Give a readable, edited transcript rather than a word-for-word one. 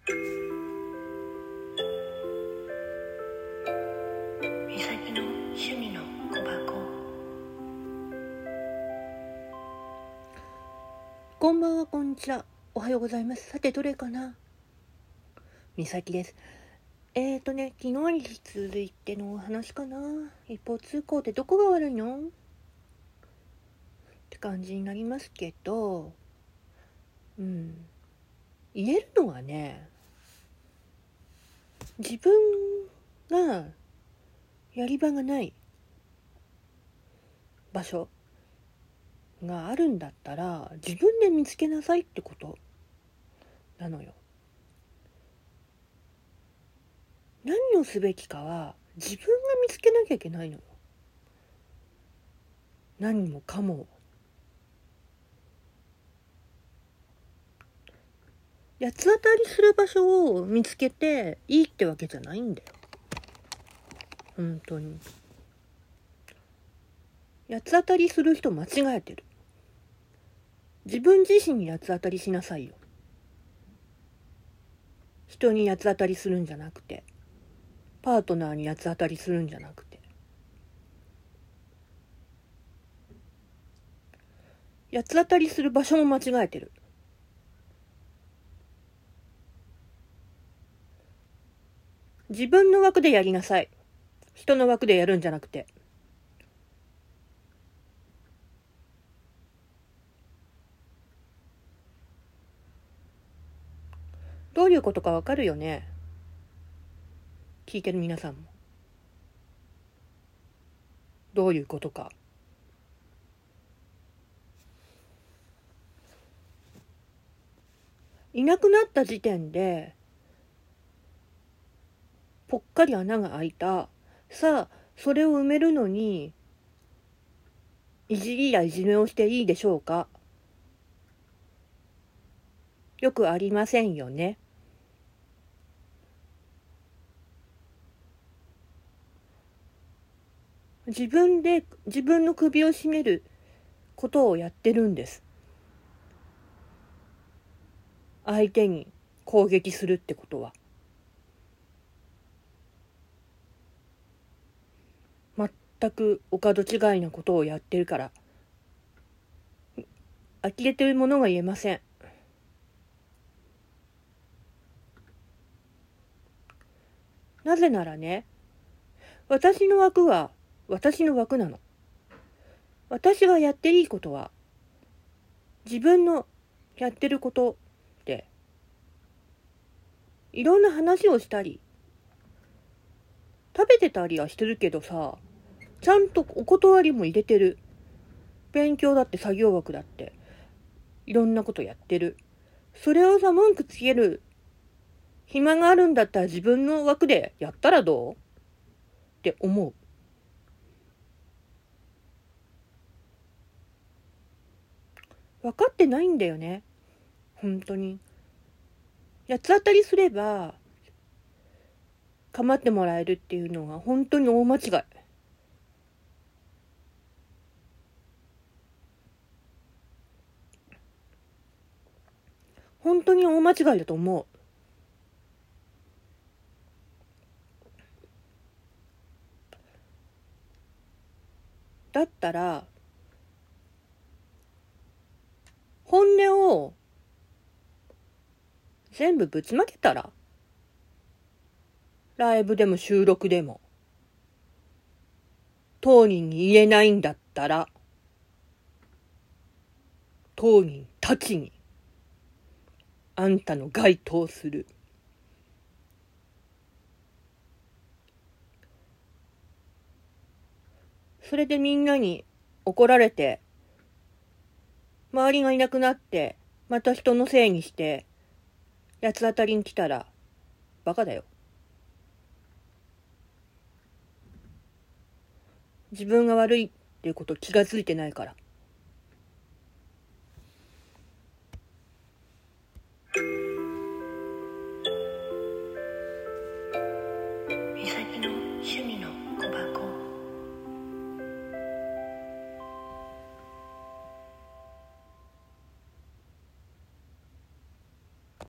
みさきの趣味の小箱。こんばんは、こんにちは、おはようございます。さてどれかな。みさきです。昨日に続いてのお話かな。一方通行ってどこが悪いのって感じになりますけど、言えるのはね、自分がやり場がない場所があるんだったら自分で見つけなさいってことなのよ。何をすべきかは自分が見つけなきゃいけないのよ。何もかも。八つ当たりする場所を見つけていいってわけじゃないんだよ。本当に。八つ当たりする人間違えてる。自分自身に八つ当たりしなさいよ。人に八つ当たりするんじゃなくて、パートナーに八つ当たりするんじゃなくて。八つ当たりする場所も間違えてる。自分の枠でやりなさい。人の枠でやるんじゃなくて。どういうことかわかるよね。聞いてる皆さんも。どういうことか。いなくなった時点でぽっかり穴が開いた。さあそれを埋めるのにいじりやいじめをしていいでしょうか。よくありませんよね。自分で自分の首を絞めることをやってるんです。相手に攻撃するってことは。全くお門違いなことをやってるから、呆れてるものが言えません。なぜならね、私の枠は私の枠なの。私がやっていいことは自分のやってることで、いろんな話をしたり食べてたりはしてるけどさ、ちゃんとお断りも入れてる。勉強だって作業枠だっていろんなことやってる。それをさ、文句つける暇があるんだったら自分の枠でやったらどうって思う。分かってないんだよね。本当に。八つ当たりすれば構ってもらえるっていうのが本当に大間違い。本当に大間違いだと思う。だったら本音を全部ぶちまけたら、ライブでも収録でも当人に言えないんだったら当人たちにあんたの該当する。それでみんなに怒られて周りがいなくなってまた人のせいにして八つ当たりに来たらバカだよ。自分が悪いっていうこと気がついてないから。